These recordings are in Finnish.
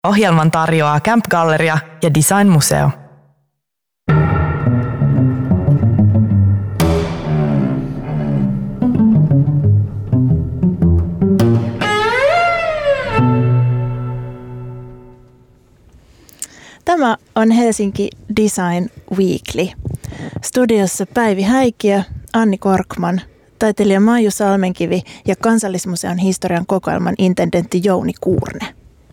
Ohjelman tarjoaa Camp Galleria ja Design Museo. Tämä on Helsinki Design Weekly. Studiossa Päivi Häikiö, Anni Korkman, taiteilija Maiju Salmenkivi ja Kansallismuseon historian kokoelman intendentti Jouni Kuurne.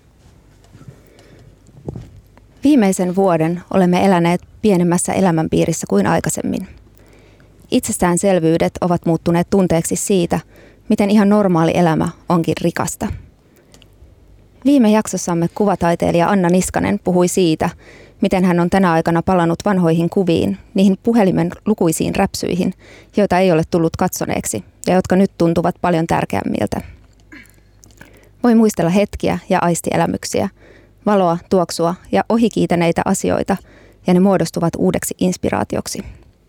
Viimeisen vuoden olemme eläneet pienemmässä elämänpiirissä kuin aikaisemmin. Itsestäänselvyydet ovat muuttuneet tunteeksi siitä, miten ihan normaali elämä onkin rikasta. Viime jaksossamme kuvataiteilija Anna Niskanen puhui siitä, miten hän on tänä aikana palannut vanhoihin kuviin, niihin puhelimen lukuisiin räpsyihin, joita ei ole tullut katsoneeksi ja jotka nyt tuntuvat paljon tärkeämmiltä. Voi muistella hetkiä ja aistielämyksiä, valoa, tuoksua ja ohikiitäneitä asioita, ja ne muodostuvat uudeksi inspiraatioksi.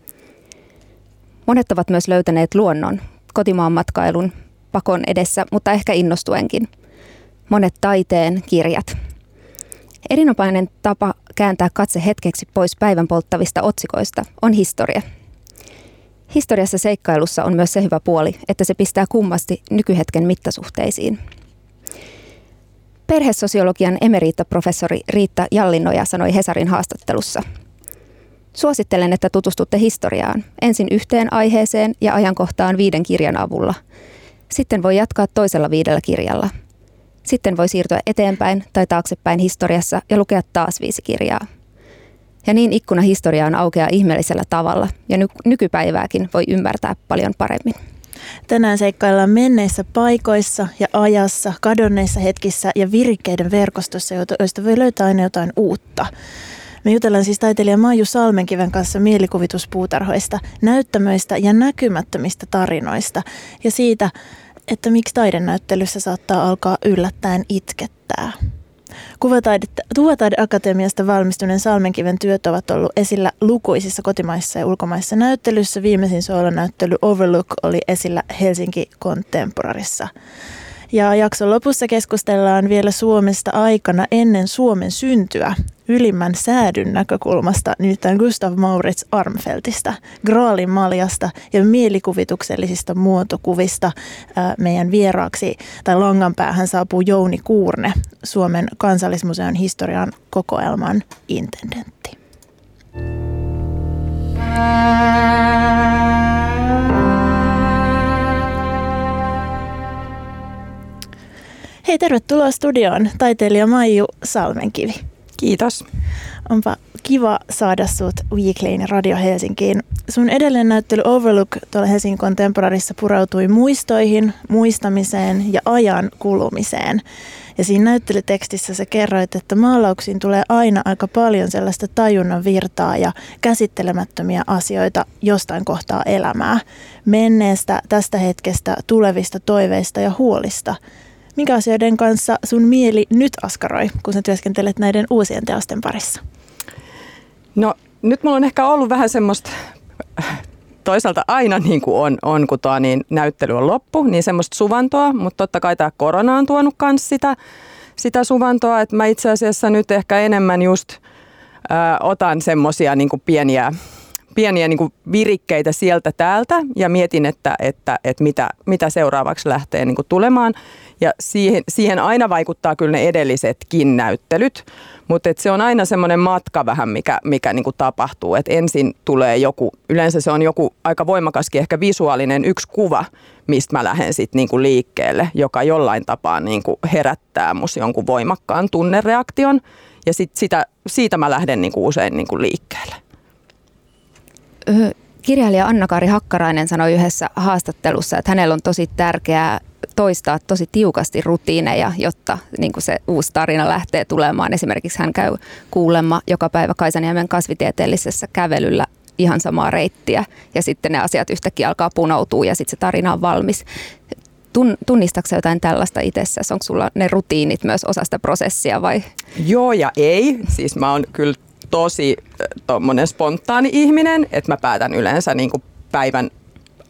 Monet ovat myös löytäneet luonnon, kotimaan matkailun, pakon edessä, mutta ehkä innostuenkin. Monet taiteen, kirjat. Erinomainen tapa kääntää katse hetkeksi pois päivän polttavista otsikoista on historia. Historiassa seikkailussa on myös se hyvä puoli, että se pistää kummasti nykyhetken mittasuhteisiin. Perhesosiologian emeritaprofessori Riitta Jallinoja sanoi Hesarin haastattelussa: "Suosittelen, että tutustutte historiaan, ensin yhteen aiheeseen ja ajankohtaan 5 kirjan avulla. Sitten voi jatkaa toisella 5 kirjalla. Sitten voi siirtyä eteenpäin tai taaksepäin historiassa ja lukea taas 5 kirjaa. Ja niin ikkuna historiaan aukeaa ihmeellisellä tavalla ja nykypäivääkin voi ymmärtää paljon paremmin." Tänään seikkaillaan menneissä paikoissa ja ajassa, kadonneissa hetkissä ja virikkeiden verkostossa, joista voi löytää aina jotain uutta. Me jutellaan siis taiteilija Maiju Salmenkiven kanssa mielikuvituspuutarhoista, näyttämöistä ja näkymättömistä tarinoista ja siitä, että miksi taidenäyttelyssä saattaa alkaa yllättäen itkettää. Kuvataideakatemiasta valmistuneen Salmenkiven työt ovat ollut esillä lukuisissa kotimaissa ja ulkomaissa näyttelyissä. Viimeisin soolonäyttely Overlook oli esillä Helsinki Contemporarissa. Ja jakson lopussa keskustellaan vielä Suomesta aikana ennen Suomen syntyä ylimmän säädyn näkökulmasta, nimittäin Gustav Mauritz Armfeldtista, Graalin maljasta ja mielikuvituksellisista muotokuvista. Meidän vieraaksi tai langan päähän saapuu Jouni Kuurne, Suomen Kansallismuseon historian kokoelman intendentti. Hei, tervetuloa studioon, taiteilija Maiju Salmenkivi. Kiitos. Onpa kiva saada sut Weeklyin Radio Helsinkiin. Sun edellinen näyttely Overlook tuolla Helsingin Contemporarissa pureutui muistoihin, muistamiseen ja ajan kulumiseen. Ja siinä näyttelytekstissä sä kerroit, että maalauksiin tulee aina aika paljon sellaista tajunnan virtaa ja käsittelemättömiä asioita jostain kohtaa elämää. Menneestä, tästä hetkestä, tulevista toiveista ja huolista. Minkä asioiden kanssa sun mieli nyt askaroi, kun sä työskentelet näiden uusien teosten parissa? No nyt mulla on ehkä ollut vähän semmoista, toisaalta aina niin kuin on kun näyttely on loppu, niin semmoista suvantoa, mutta totta kai tämä korona on tuonut myös sitä suvantoa, että mä itse asiassa nyt ehkä enemmän just otan semmoisia niin kuin pieniä niin kuin virikkeitä sieltä täältä ja mietin, että mitä seuraavaksi lähtee niin kuin tulemaan. Ja siihen aina vaikuttaa kyllä ne edellisetkin näyttelyt, mutta se on aina semmoinen matka vähän, mikä niin kuin tapahtuu. Et ensin tulee yleensä se on joku aika voimakaskin ehkä visuaalinen yksi kuva, mistä mä lähden sitten niin kuin liikkeelle, joka jollain tapaa niin kuin herättää musta jonkun voimakkaan tunnereaktion. Ja siitä mä lähden niin kuin usein niin kuin liikkeelle. Kirjailija Anna-Kaari Hakkarainen sanoi yhdessä haastattelussa, että hänellä on tosi tärkeää toistaa tosi tiukasti rutiineja, jotta niin kuin se uusi tarina lähtee tulemaan. Esimerkiksi hän käy kuulemma joka päivä Kaisaniemen kasvitieteellisessä kävelyllä ihan samaa reittiä ja sitten ne asiat yhtäkkiä alkaa punoutua ja sitten se tarina on valmis. Tunnistatko jotain tällaista itsessäsi? Onko sulla ne rutiinit myös osa sitä prosessia vai? Joo ja ei. Siis mä oon kyllä tosi tommonen spontaani ihminen, että mä päätän yleensä niin kuin päivän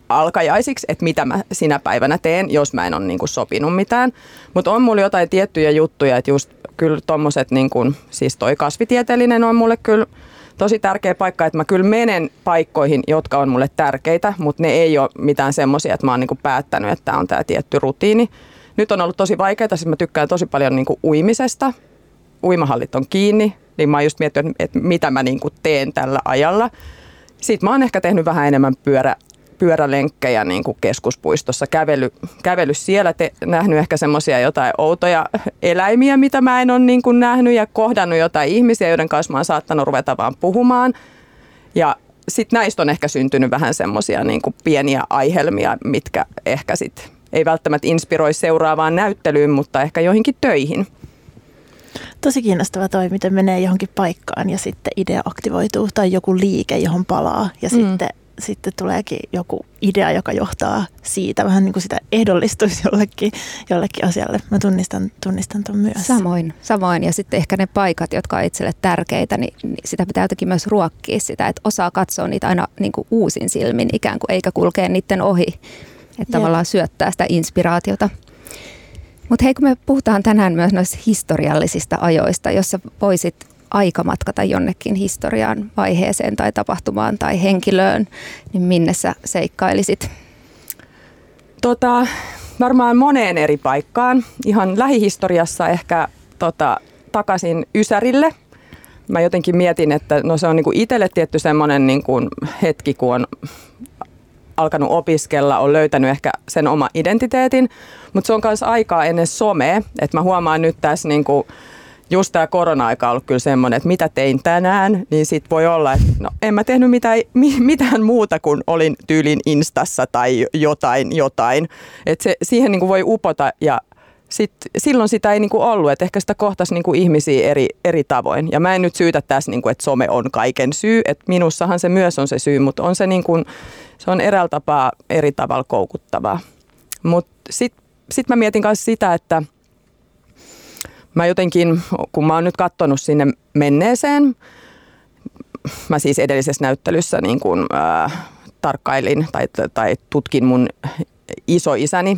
alkajaisiksi, että mitä mä sinä päivänä teen, jos mä en ole niin kuin sopinut mitään. Mutta on mulla jotain tiettyjä juttuja, että just kyllä tommoset, niin kuin, siis toi kasvitieteellinen on mulle kyllä tosi tärkeä paikka, että mä kyllä menen paikkoihin, jotka on mulle tärkeitä, mutta ne ei ole mitään semmoisia, että mä oon niin kuin päättänyt, että tämä on tämä tietty rutiini. Nyt on ollut tosi vaikeaa, siis mä tykkään tosi paljon niin kuin uimisesta. Uimahallit on kiinni, niin mä oon just miettinyt, että mitä mä niin kuin teen tällä ajalla. Sitten mä oon ehkä tehnyt vähän enemmän pyörälenkkejä niin kuin keskuspuistossa, kävely siellä, nähnyt ehkä semmoisia jotain outoja eläimiä, mitä mä en ole niin kuin nähnyt ja kohdannut jotain ihmisiä, joiden kanssa mä oon saattanut ruveta vaan puhumaan. Ja sitten näistä on ehkä syntynyt vähän semmoisia niin kuin pieniä aihelmia, mitkä ehkä sitten ei välttämättä inspiroi seuraavaan näyttelyyn, mutta ehkä joihinkin töihin. Tosi kiinnostava toi, miten menee johonkin paikkaan ja sitten idea aktivoituu tai joku liike, johon palaa ja sitten tuleekin joku idea, joka johtaa siitä. Vähän niin kuin sitä ehdollistuisi jollekin asialle. Mä tunnistan ton myös. Samoin. Ja sitten ehkä ne paikat, jotka on itselle tärkeitä, niin sitä pitää jotenkin myös ruokkia sitä, että osaa katsoa niitä aina niin kuin uusin silmin ikään kuin, eikä kulkea niiden ohi. Että tavallaan syöttää sitä inspiraatiota. Mutta hei, kun me puhutaan tänään myös noista historiallisista ajoista, jos sä voisit aikamatkata jonnekin historian vaiheeseen tai tapahtumaan tai henkilöön, niin minne sä seikkailisit? Varmaan moneen eri paikkaan. Ihan lähihistoriassa ehkä takaisin Ysärille. Mä jotenkin mietin, että no se on niinku itselle tietty semmoinen niinku hetki, kun on alkanut opiskella, on löytänyt ehkä sen oma identiteetin, mutta se on myös aikaa ennen somea, että mä huomaan nyt tässä niinku, just tämä korona-aika on ollut kyllä semmoinen, että mitä tein tänään, niin sit voi olla, että no en mä tehnyt mitään muuta kuin olin tyylin Instassa tai jotain, että siihen niinku voi upota ja silloin sitä ei niinku ollut, että ehkä sitä kohtasi niinku ihmisiä eri tavoin. Ja mä en nyt syytä tässä, niinku, että some on kaiken syy, että minussahan se myös on se syy, mutta on se, niinku, se on eräällä tapaa eri tavalla koukuttavaa. Mutta sit mä mietin myös sitä, että mä jotenkin, kun mä oon nyt katsonut sinne menneeseen, mä siis edellisessä näyttelyssä niin kun, tarkkailin tai tutkin mun isoisäni,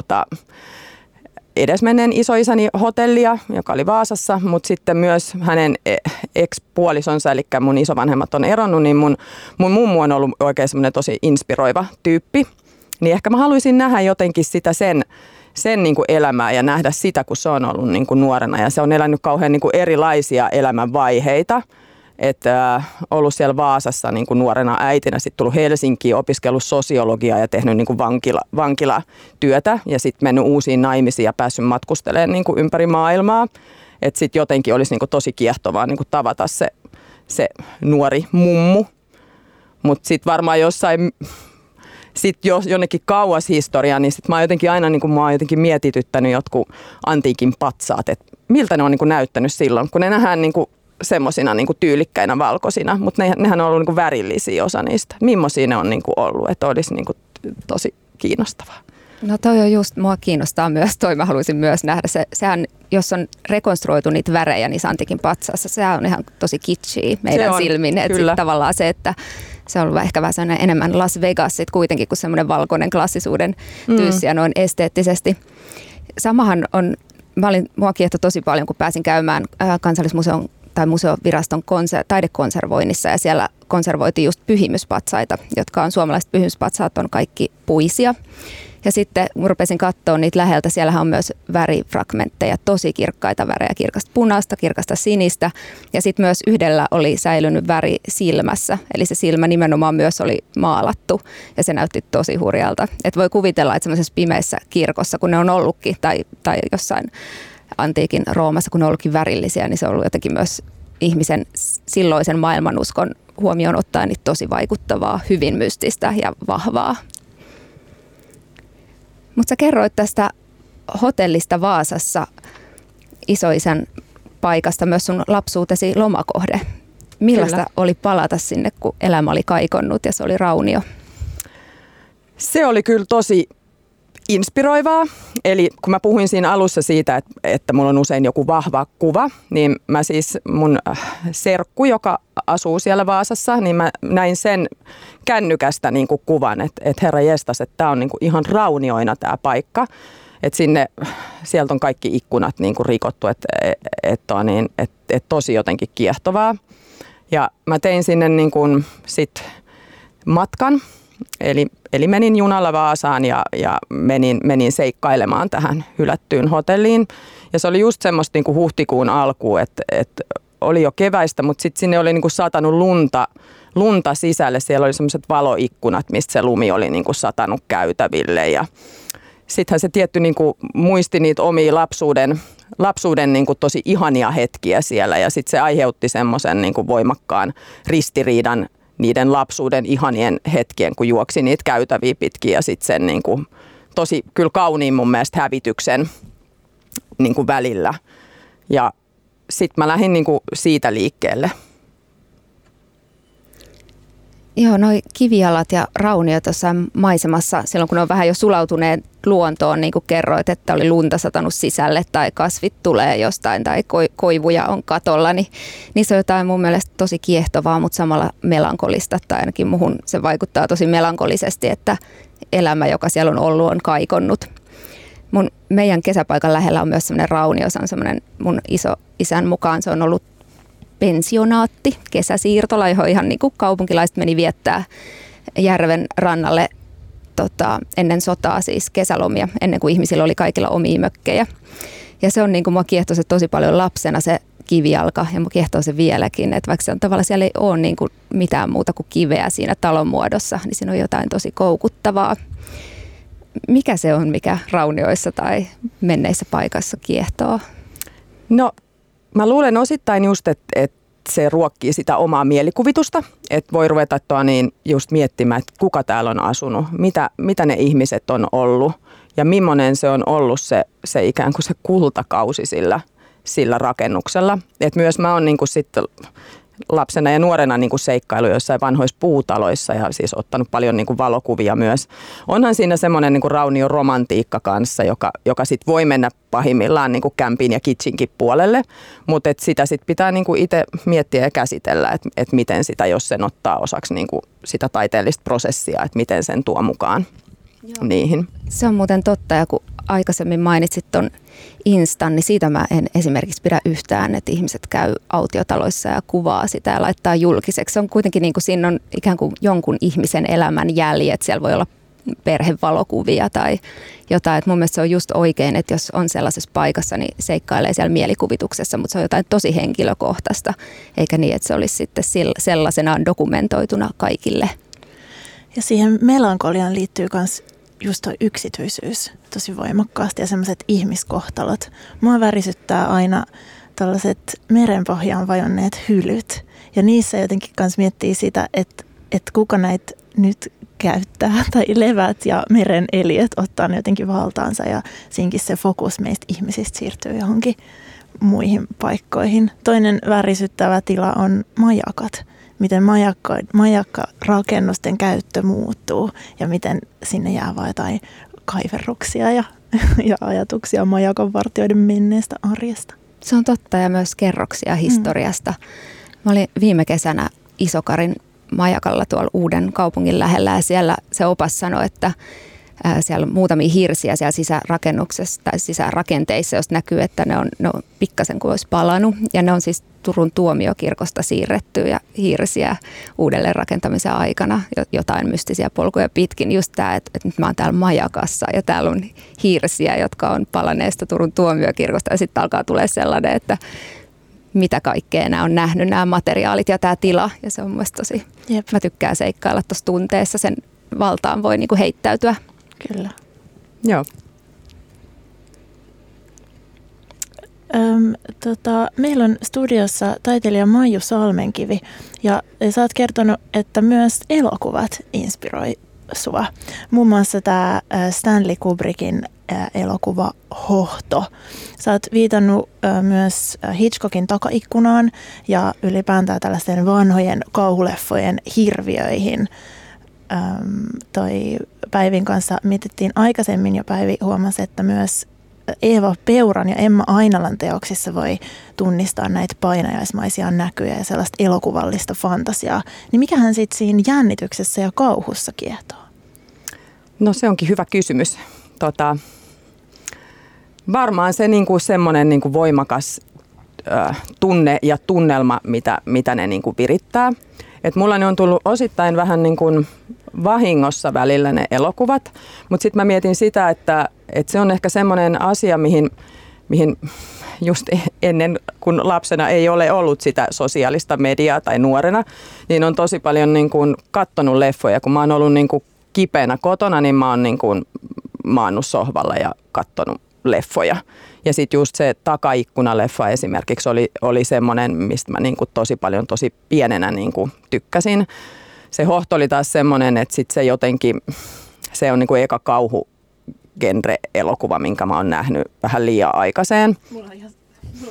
edesmenneen isoisäni hotellia, joka oli Vaasassa, mutta sitten myös hänen ex-puolisonsa, eli mun isovanhemmat on eronnut, niin mun mummu on ollut oikein semmoinen tosi inspiroiva tyyppi. Niin ehkä mä haluaisin nähdä jotenkin sitä sen niin kuin elämää ja nähdä sitä, kun se on ollut niin kuin nuorena. Ja se on elänyt kauhean niin kuin erilaisia elämänvaiheita. Että ollut siellä Vaasassa niin kuin nuorena äitinä, sitten tullut Helsinkiin, opiskellut sosiologiaa ja tehnyt niin kuin vankilatyötä. Ja sitten mennyt uusiin naimisiin ja päässyt matkustelemaan niin kuin ympäri maailmaa. Että sitten jotenkin olisi niin kuin tosi kiehtovaa niin kuin tavata se nuori mummu. Mutta sitten varmaan jossain... Sitten jos jonnekin kauas historiaa, niin sitten mä oon jotenkin aina niin kuin mua on jotenkin mietityttänyt jotkut antiikin patsaat, että miltä ne on niin kuin näyttänyt silloin, kun ne nähdään niin kuin semmosina niin kuin tyylikkäinä valkoisina, mutta nehän on ollut niin kuin värillisiä osa niistä. Millaisia ne on niin kuin ollut, että olisi niin kuin tosi kiinnostavaa. No toi on just, mua kiinnostaa myös, mä haluaisin myös nähdä. Sehän, jos on rekonstruoitu niitä värejä niissä antiikin patsaassa, se on ihan tosi kitschia meidän silmin. Että tavallaan se, että se on ollut ehkä vähän enemmän Las Vegas sit kuitenkin kuin semmoinen valkoinen klassisuuden tyyssi ja noin esteettisesti. Samahan on, mua kiehtoi tosi paljon, kun pääsin käymään Kansallismuseon tai museoviraston taidekonservoinnissa ja siellä konservoitiin just pyhimyspatsaita, jotka on suomalaiset pyhimyspatsaat on kaikki puisia. Ja sitten kun rupesin katsoa niitä läheltä, siellähän on myös värifragmentteja, tosi kirkkaita värejä, kirkasta punaista, kirkasta sinistä. Ja sitten myös yhdellä oli säilynyt väri silmässä, eli se silmä nimenomaan myös oli maalattu ja se näytti tosi hurjalta. Että voi kuvitella, että semmoisessa pimeässä kirkossa, kun ne on ollutkin, tai jossain antiikin Roomassa, kun ne on ollutkin värillisiä, niin se on ollut jotenkin myös ihmisen silloisen maailmanuskon huomioon ottaen niin tosi vaikuttavaa, hyvin mystistä ja vahvaa. Mutta sä kerroit tästä hotellista Vaasassa, isoisän paikasta, myös sun lapsuutesi lomakohde. Millaista oli palata sinne, kun elämä oli kaikonnut ja se oli raunio? Se oli kyllä tosi inspiroivaa. Eli kun mä puhuin siinä alussa siitä, että mulla on usein joku vahva kuva, niin mä siis mun serkku, joka asuu siellä Vaasassa, niin mä näin sen kännykästä niin kuin kuvan, että herra jestas, että tää on niin kuin ihan raunioina tää paikka. Että sieltä on kaikki ikkunat niin kuin rikottu, että tosi jotenkin kiehtovaa. Ja mä tein sinne niin kuin sit matkan, eli menin junalla Vaasaan ja menin seikkailemaan tähän hylättyyn hotelliin. Ja se oli just semmoista niin kuin huhtikuun alkuun, että oli jo keväistä, mutta sitten sinne oli niin kuin satanut lunta sisälle. Siellä oli semmoiset valoikkunat, mistä se lumi oli niin kuin satanut käytäville. Ja sittenhän se tietty niin kuin muisti niitä omia lapsuuden niin kuin tosi ihania hetkiä siellä. Ja sitten se aiheutti semmoisen niin kuin voimakkaan ristiriidan niiden lapsuuden ihanien hetkien, kun juoksi niitä käytäviä pitkin ja sitten sen niin kuin tosi kyllä kauniin mun mielestä hävityksen niin kuin välillä. Ja sitten mä lähdin niin kuin siitä liikkeelle. Joo, noi kivijalat ja rauniot tuossa maisemassa, silloin kun ne on vähän jo sulautuneet luontoon, niin kuin kerroit, että oli lunta satanut sisälle tai kasvit tulee jostain tai koivuja on katolla, niin niissä on jotain mun mielestä tosi kiehtovaa, mutta samalla melankolista, tai ainakin muhun se vaikuttaa tosi melankolisesti, että elämä, joka siellä on ollut, on kaikonnut. Meidän kesäpaikan lähellä on myös semmoinen raunio, se on semmoinen mun isoisän mukaan, se on ollut pensionaatti, kesäsiirtola, johon ihan niin kuin kaupunkilaiset meni viettää järven rannalle ennen sotaa, siis kesälomia, ennen kuin ihmisillä oli kaikilla omia mökkejä. Ja se on niin kuin mua kiehtoi se tosi paljon lapsena se kivijalka, ja mua kiehtoo se vieläkin, että vaikka se on tavallaan siellä ei ole niin kuin mitään muuta kuin kiveä siinä talon muodossa, niin siinä on jotain tosi koukuttavaa. Mikä se on, mikä raunioissa tai menneissä paikassa kiehtoo? No, mä luulen osittain just, että se ruokkii sitä omaa mielikuvitusta, että voi ruveta just miettimään, että kuka täällä on asunut, mitä ne ihmiset on ollut ja millainen se on ollut se ikään kuin se kultakausi sillä rakennuksella. Et myös mä oon niinku sitten lapsena ja nuorena niinku seikkailu jossain vanhoissa puutaloissa ja siis ottanut paljon niinku valokuvia myös. Onhan siinä semmoinen niinku raunion romantiikka kanssa, joka sit voi mennä pahimmillaan niinku kämpin ja kitchenkin puolelle, mutta sitä sit pitää niinku itse miettiä ja käsitellä, että et miten sitä, jos sen ottaa osaksi niinku sitä taiteellista prosessia, että miten sen tuo mukaan. Joo. Niihin. Se on muuten totta, ja kun aikaisemmin mainitsit ton Instan, niin siitä mä en esimerkiksi pidä yhtään, että ihmiset käy autiotaloissa ja kuvaa sitä ja laittaa julkiseksi. Se on kuitenkin niin kuin siinä on ikään kuin jonkun ihmisen elämän jäljet, siellä voi olla perhevalokuvia tai jotain. Et mun mielestä se on just oikein, että jos on sellaisessa paikassa, niin seikkailee siellä mielikuvituksessa, mutta se on jotain tosi henkilökohtaista, eikä niin, että se olisi sitten sellaisenaan dokumentoituna kaikille. Ja siihen melankoliaan liittyy myös just tuo yksityisyys tosi voimakkaasti ja sellaiset ihmiskohtalot. Mua värisyttää aina tällaiset merenpohjaan vajonneet hylyt. Ja niissä jotenkin myös miettii sitä, että kuka näitä nyt käyttää tai levät ja meren eliöt ottaa ne jotenkin valtaansa. Ja siinkin se fokus meistä ihmisistä siirtyy johonkin muihin paikkoihin. Toinen värisyttävä tila on majakat. Miten majakkarakennusten käyttö muuttuu ja miten sinne jää vaan jotain kaiverruksia ja ajatuksia majakanvartijoiden menneestä arjesta. Se on totta, ja myös kerroksia historiasta. Mä olin viime kesänä Isokarin majakalla tuolla Uuden kaupungin lähellä, ja siellä se opas sanoi, että siellä on muutamia hirsiä siellä sisärakennuksessa tai sisärakenteissa, joista näkyy, että ne on pikkasen kuin olisi palannut. Ja ne on siis Turun tuomiokirkosta siirrettyjä hirsiä uudelleen rakentamisen aikana, jotain mystisiä polkuja pitkin. Just tämä, että nyt mä oon täällä majakassa ja täällä on hirsiä, jotka on palaneesta Turun tuomiokirkosta. Ja sitten alkaa tulee sellainen, että mitä kaikkea nämä on nähnyt, nämä materiaalit ja tämä tila. Ja se on mun mielestä tosi, mä tykkään seikkailla tuossa tunteessa, sen valtaan voi niinku heittäytyä. Kyllä. Joo. Meillä on studiossa taiteilija Maiju Salmenkivi ja sä oot kertonut, että myös elokuvat inspiroi sua. Muun muassa tämä Stanley Kubrickin elokuva Hohto. Sä oot viitannut myös Hitchcockin Takaikkunaan ja ylipäätään tällaisten vanhojen kauhuleffojen hirviöihin. toi Päivin kanssa mietittiin aikaisemmin ja Päivi huomasi, että myös Eeva Peuran ja Emma Ainalan teoksissa voi tunnistaa näitä painajaismaisia näkyjä ja sellaista elokuvallista fantasiaa. Niin mikähän sitten siinä jännityksessä ja kauhussa kiehtoo? No se onkin hyvä kysymys. Varmaan se niinku semmoinen niinku voimakas tunne ja tunnelma, mitä ne niinku virittää. Et mulla ne on tullut osittain vähän niin kuin vahingossa välillä ne elokuvat, mutta sitten mä mietin sitä, että se on ehkä semmoinen asia, mihin just ennen kun lapsena ei ole ollut sitä sosiaalista mediaa tai nuorena, niin on tosi paljon niin kuin kattonut leffoja. Kun mä oon ollut niin kuin kipeänä kotona, niin mä oon niin kuin maannut sohvalla ja kattonut leffoja. Ja sitten just se Takaikkunaleffa esimerkiksi oli semmoinen, mistä mä niinku tosi paljon tosi pienenä niinku tykkäsin. Se Hohto oli taas semmoinen, että sit se jotenkin, se on niinku eka kauhugenre-elokuva, minkä mä oon nähnyt vähän liian aikaiseen. Mulla on ihan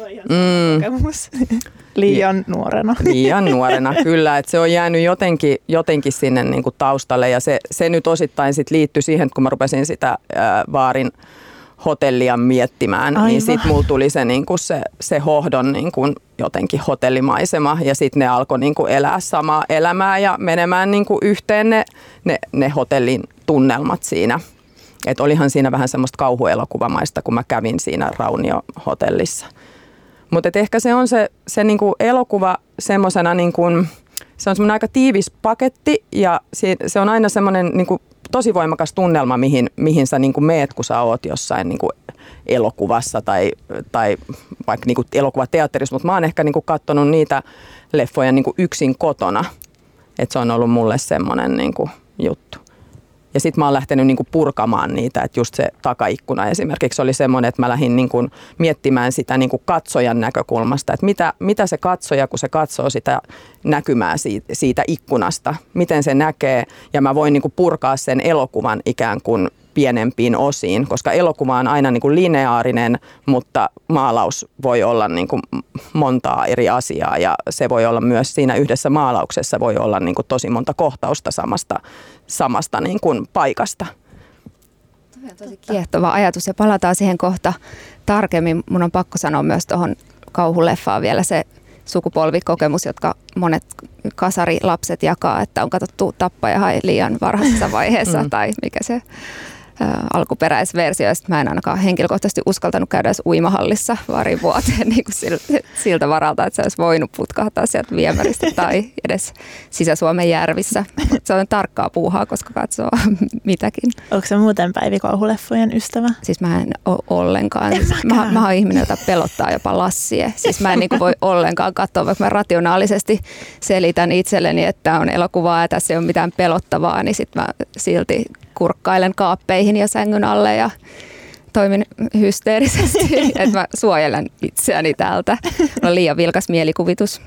kokemus. Liian nuorena. Liian nuorena, kyllä. Että se on jäänyt jotenkin sinne niinku taustalle ja se nyt osittain sit liittyi siihen, että kun mä rupesin sitä Vaarin hotellia miettimään, aivan, niin sitten mulla tuli se Hohdon niinku jotenkin hotellimaisema ja sitten ne alkoi niinku elää samaa elämää ja menemään niinku yhteen ne hotellin tunnelmat siinä. Et olihan siinä vähän semmoista kauhuelokuvamaista, kun mä kävin siinä Raunio-hotellissa. Mutta ehkä se on se niinku elokuva semmosena, niinku, se on semmoinen aika tiivis paketti ja se on aina semmoinen niinku tosi voimakas tunnelma, mihin sä niin kuin meet, kun sä oot jossain niin kuin elokuvassa tai vaikka niin kuin elokuvateatterissa, mutta mä oon ehkä niin kuin katsonut niitä leffoja niin kuin yksin kotona, että se on ollut mulle semmoinen niin kuin juttu. Ja sit mä oon lähtenyt niin kuin purkamaan niitä, että just se Takaikkuna esimerkiksi oli semmoinen, että mä lähdin niin kuin miettimään sitä niin kuin katsojan näkökulmasta, että mitä se katsoja, kun se katsoo sitä näkymää siitä ikkunasta, miten se näkee, ja mä voin niin kuin purkaa sen elokuvan ikään kuin pienempiin osiin, koska elokuva on aina niin kuin lineaarinen, mutta maalaus voi olla niin kuin montaa eri asiaa ja se voi olla myös siinä yhdessä maalauksessa voi olla niin kuin tosi monta kohtausta samasta niin kuin paikasta. Tuo on tosi kiehtova ajatus ja palataan siihen kohta tarkemmin. Mun on pakko sanoa myös tuohon kauhuleffaan vielä se sukupolvikokemus, jotka monet kasarilapset jakaa, että on katsottu Tappaja liian varhaisessa vaiheessa tai mikä se alkuperäisversio. Sitten mä en ainakaan henkilökohtaisesti uskaltanut käydä edes uimahallissa Vaarin vuoteen niin kuin siltä varalta, että se olisi voinut putkahtaa sieltä viemäristä tai edes Sisä-Suomen järvissä. Mutta se on tarkkaa puuhaa, koska katsoo mitäkin. Onko se muuten Päivi kauhuleffojen ystävä? Siis mä en ole ollenkaan. Mä oon ihminen, jota pelottaa jopa Lassie. Siis mä en niin kuin voi ollenkaan katsoa, vaikka mä rationaalisesti selitän itselleni, että on elokuvaa ja tässä ei ole mitään pelottavaa, niin sitten mä silti kurkkailen kaappeihin ja sängyn alle ja toimin hysteerisesti, että mä suojelen itseäni täältä. On liian vilkas mielikuvitus.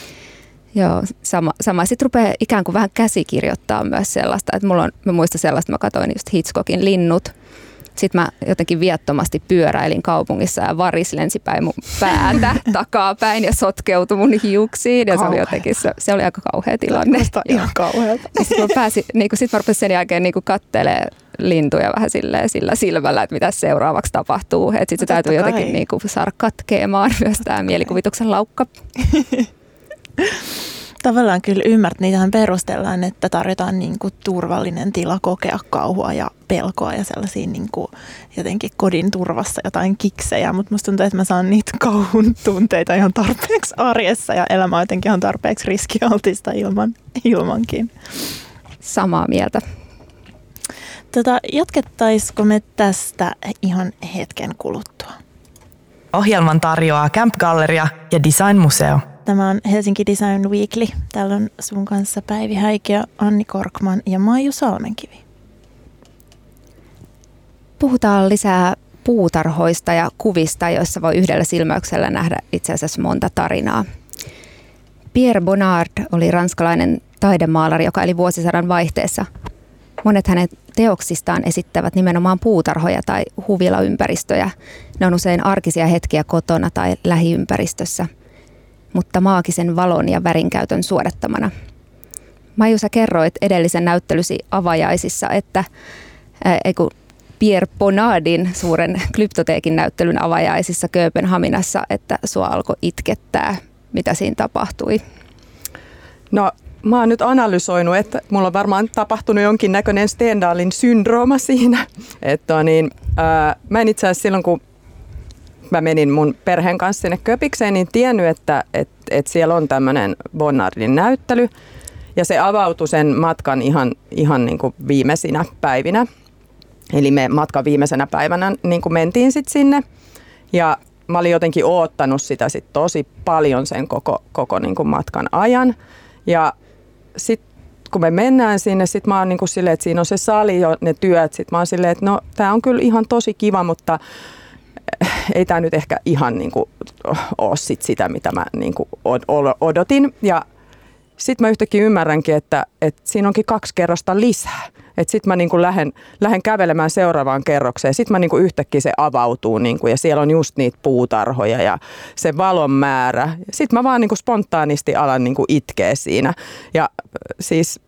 Joo, sama sitten rupeaa ikään kuin vähän käsikirjoittaa myös sellaista, että mä muistan sellaista, mä katsoin just Hitchcockin Linnut. Sitten mä jotenkin viattomasti pyöräilin kaupungissa ja varis lensi päin mun päätä takapäin ja sotkeutui mun hiuksiin. Ja se oli jotenkin, se oli aika kauhea tilanne. Ihan kauhealta. Sitten mä rupesin sen jälkeen katselemaan lintuja vähän sillä silmällä, että mitä seuraavaksi tapahtuu. Sitten se täytyy jotenkin saada katkeamaan myös tämä mielikuvituksen laukka. Tavallaan kyllä niitähän perustellaan, että tarjotaan niinku turvallinen tila kokea kauhua ja pelkoa ja sellaisia niinku jotenkin kodin turvassa jotain kiksejä, mutta musta tuntuu, että mä saan niitä kauhun tunteita ihan tarpeeksi arjessa ja elämä jotenkin ihan tarpeeksi riskialtista ilmankin. Samaa mieltä. Jatkettaisiko me tästä ihan hetken kuluttua? Ohjelman tarjoaa Camp Galleria ja Design Museo. Tämä on Helsinki Design Weekly. Täällä on sun kanssa Päivi Häikiö, Anni Korkman ja Maiju Salmenkivi. Puhutaan lisää puutarhoista ja kuvista, joissa voi yhdellä silmäyksellä nähdä itse asiassa monta tarinaa. Pierre Bonnard oli ranskalainen taidemaalari, joka eli vuosisadan vaihteessa. Monet hänen teoksistaan esittävät nimenomaan puutarhoja tai huvilaympäristöjä. Ne on usein arkisia hetkiä kotona tai lähiympäristössä, mutta maagisen valon ja värinkäytön suodattamana. Maiju, sä kerroit edellisen näyttelysi avajaisissa, että Pierre Bonnardin suuren Glyptoteekin näyttelyn avajaisissa Kööpenhaminassa, että sua alkoi itkettää. Mitä siinä tapahtui? No, mä oon nyt analysoinut, että mulla on varmaan tapahtunut jonkinnäköinen Stendhalin syndrooma siinä. Mä en itse asiassa silloin, kun mä menin mun perheen kanssa sinne Köpikseen, niin tiennyt, että siellä on tämmöinen Bonnardin näyttely. Ja se avautui sen matkan ihan niin kuin viimeisinä päivinä. Eli me matkan viimeisenä päivänä niin kuin mentiin sitten sinne. Ja mä olin jotenkin oottanut sitä sit tosi paljon sen koko niin kuin matkan ajan. Ja sitten kun me mennään sinne, sit mä oon niin kuin silleen, että siinä on se sali ja ne työt. Sitten mä oon silleen, että no tää on kyllä ihan tosi kiva, mutta ei tää nyt ehkä ihan niin kuin ole sit sitä, mitä mä niin kuin odotin. Ja sitten mä yhtäkkiä ymmärränkin, että siinä onkin 2 kerrosta lisää. Että sitten mä niinku lähden kävelemään seuraavaan kerrokseen. Sitten mä niinku yhtäkkiä se avautuu niinku, ja siellä on just niitä puutarhoja ja se valon määrä. Sitten mä vaan niinku spontaanisti alan niinku itkeä siinä. Ja siis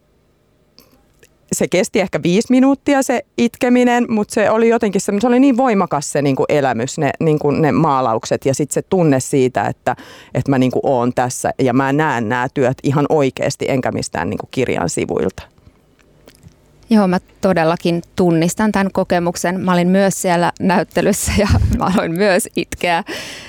se kesti ehkä 5 minuuttia se itkeminen, mutta se oli jotenkin se oli niin voimakas se niinku elämys, ne maalaukset ja sitten se tunne siitä, että mä niinku oon tässä ja mä näen nämä työt ihan oikeasti enkä mistään niinku kirjan sivuilta. Joo, mä todellakin tunnistan tämän kokemuksen. Mä olin myös siellä näyttelyssä ja mä aloin myös itkeä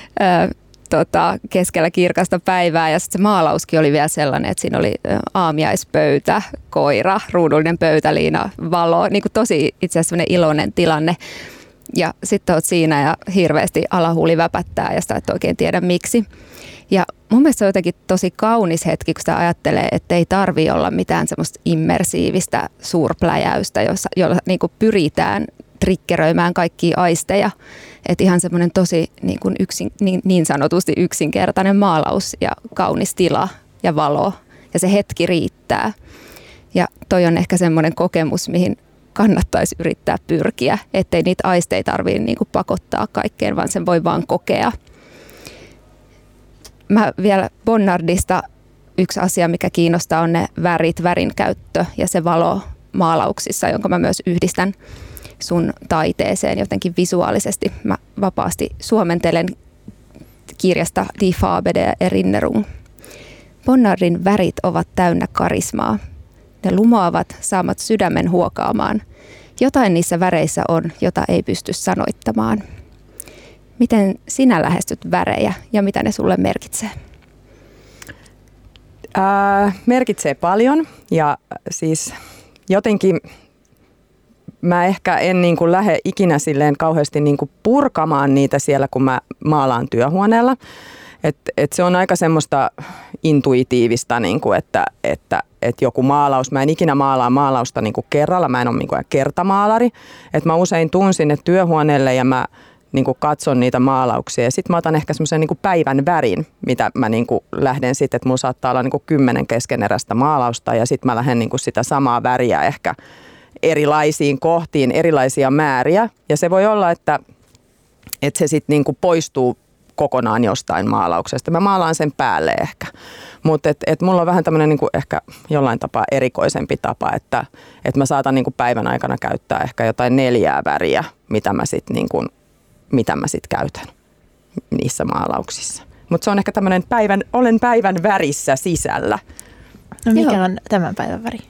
keskellä kirkasta päivää. Ja sitten se maalauskin oli vielä sellainen, että siinä oli aamiaispöytä, koira, ruudullinen pöytäliina, valo. Niin kuin tosi itse asiassa sellainen iloinen tilanne. Ja sitten oot siinä ja hirveästi alahuuli väpättää ja sitä et oikein tiedä miksi. Ja mun mielestä se on jotenkin tosi kaunis hetki, kun sitä ajattelee, että ei tarvitse olla mitään semmoista immersiivistä suurpläjäystä, jolla niin kuin pyritään triggeröimään kaikkia aisteja. Että ihan semmoinen tosi niin sanotusti yksinkertainen maalaus ja kaunis tila ja valo ja se hetki riittää. Ja toi on ehkä semmoinen kokemus, mihin kannattaisi yrittää pyrkiä, ettei niitä aisteita tarvitse niin kuin pakottaa kaikkeen, vaan sen voi vaan kokea. Mä vielä Bonnardista yksi asia, mikä kiinnostaa, on ne värit, värin käyttö ja se valo maalauksissa, jonka mä myös yhdistän sun taiteeseen jotenkin visuaalisesti. Mä vapaasti suomentelen kirjasta Die Farbe der Erinnerung. Bonnardin värit ovat täynnä karismaa. Ne lumoavat saamat sydämen huokaamaan. Jotain niissä väreissä on, jota ei pysty sanoittamaan. Miten sinä lähestyt värejä ja mitä ne sulle merkitsee? Merkitsee paljon ja siis jotenkin mä ehkä en niin kuin lähde ikinä silleen kauheasti niin kuin purkamaan niitä siellä, kun mä maalaan työhuoneella. Et se on aika semmoista intuitiivista, niin kuin, että joku maalaus, mä en ikinä maalaa maalausta niin kuin kerralla, mä en ole mikään kertamaalari. Et mä usein tuun sinne työhuoneelle ja mä niin kuin katson niitä maalauksia ja sitten mä otan ehkä semmoisen niin kuin päivän värin, mitä mä niin kuin lähden sitten, että mulla saattaa olla niin kuin 10 keskeneräistä maalausta ja sitten mä lähden niin kuin sitä samaa väriä ehkä erilaisiin kohtiin, erilaisia määriä ja se voi olla, että se sitten niin kuin poistuu kokonaan jostain maalauksesta. Mä maalaan sen päälle ehkä, mutta mulla on vähän tämmöinen niin kuin ehkä jollain tapaa erikoisempi tapa, että mä saatan niin kuin päivän aikana käyttää ehkä jotain 4 väriä, mitä mä sit käytän niissä maalauksissa. Mutta se on ehkä tämmöinen olen päivän värissä sisällä. No mikä on tämän päivän väri?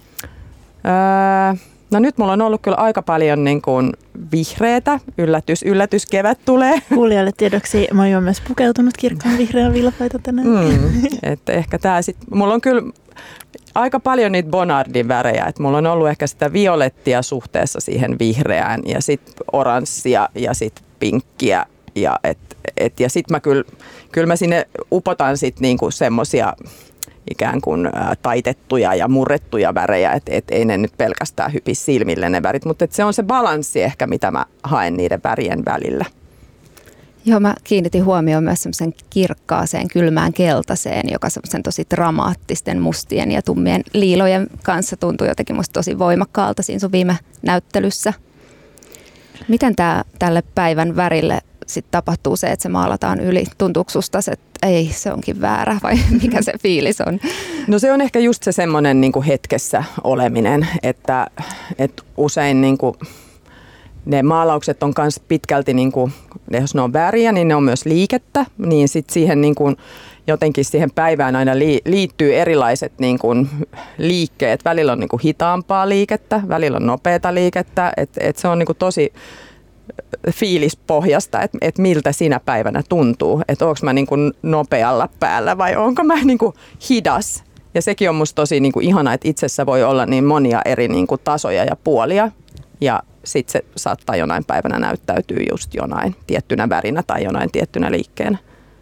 No nyt mulla on ollut kyllä aika paljon niin kuin vihreätä. Yllätys, kevät tulee. Kuulijoille tiedoksi, mä oon myös pukeutunut kirkkaan vihreän villapaita tänään. Että ehkä tää sit, mulla on kyllä aika paljon niitä Bonnardin värejä. Että mulla on ollut ehkä sitä violettia suhteessa siihen vihreään ja sitten oranssia ja sitten pinkkiä. Ja sitten mä kyllä mä sinne upotan sitten niinku semmosia ikään kuin taitettuja ja murrettuja värejä, että ei ne nyt pelkästään hypi silmille ne värit, mutta se on se balanssi ehkä, mitä mä haen niiden värien välillä. Joo, mä kiinnitin huomioon myös semmoisen kirkkaaseen, kylmään keltaiseen, joka semmoisen tosi dramaattisten mustien ja tummien liilojen kanssa tuntui jotenkin musta tosi voimakkaalta siinä sun viime näyttelyssä. Miten tälle päivän värille sitten tapahtuu se, että se maalataan yli? Tuntuuko susta, että ei, se onkin väärä vai mikä se fiilis on? No se on ehkä just se semmoinen niin kuin hetkessä oleminen, että usein niin kuin ne maalaukset on myös pitkälti, niin kuin, jos ne on väriä, niin ne on myös liikettä, niin sitten siihen niin kuin, jotenkin siihen päivään aina liittyy erilaiset niin kuin, liikkeet. Välillä on niin kuin, hitaampaa liikettä, välillä on nopeata liikettä, että se on niin kuin, tosi fiilispohjasta, että miltä sinä päivänä tuntuu, että onko mä niin kuin, nopealla päällä vai onko mä niin kuin, hidas. Ja sekin on musta tosi niin kuin, ihanaa, että itsessä voi olla niin monia eri niin kuin, tasoja ja puolia ja sitten se saattaa jonain päivänä näyttäytyy just jonain tiettynä värinä tai jonain tiettynä liikkeenä.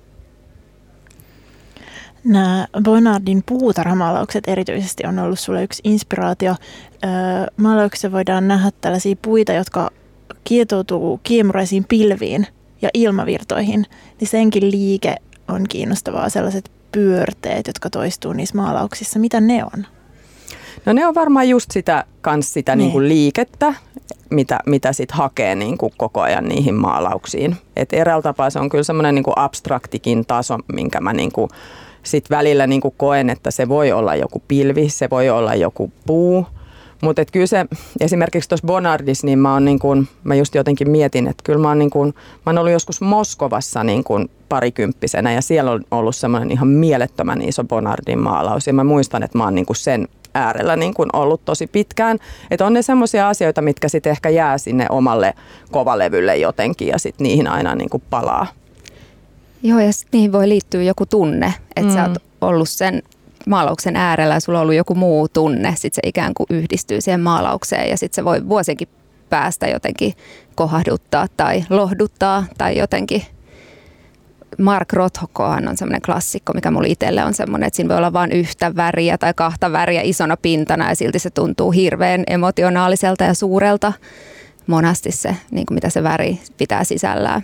Nämä Bonnardin puutarhamaalaukset erityisesti on ollut sulle yksi inspiraatio. Maalauksessa voidaan nähdä tällaisia puita, jotka kietoutuu kiemuraisiin pilviin ja ilmavirtoihin. Niin senkin liike on kiinnostavaa, sellaiset pyörteet, jotka toistuu niissä maalauksissa. Mitä ne on? No ne on varmaan just sitä niin kuin liikettä, mitä sit hakee niin kuin koko ajan niihin maalauksiin. Et eräällä tapaa se on kyllä semmoinen niin kuin abstraktikin taso, minkä mä niin kuin sit välillä niin kuin koen, että se voi olla joku pilvi, se voi olla joku puu. Mutta kyllä se esimerkiksi tuossa Bonnardissa, niin mä just jotenkin mietin, että kyllä mä oon ollut joskus Moskovassa niin kuin parikymppisenä ja siellä on ollut semmoinen ihan mielettömän iso Bonnardin maalaus. Ja mä muistan, että mä oon niin kuin sen äärellä niin kuin ollut tosi pitkään. Että on ne semmoisia asioita, mitkä sitten ehkä jää sinne omalle kovalevylle jotenkin ja sitten niihin aina niin kuin palaa. Joo, ja sitten niihin voi liittyä joku tunne, että sä oot ollut sen maalauksen äärellä ja sulla on ollut joku muu tunne. Sitten se ikään kuin yhdistyy siihen maalaukseen ja sitten se voi vuosienkin päästä jotenkin kohduttaa tai lohduttaa tai jotenkin. Mark Rothkohan on semmoinen klassikko, mikä mulla itselle on semmoinen, että siinä voi olla vain yhtä väriä tai kahta väriä isona pintana ja silti se tuntuu hirveän emotionaaliselta ja suurelta. Monasti se, niin kuin mitä se väri pitää sisällään.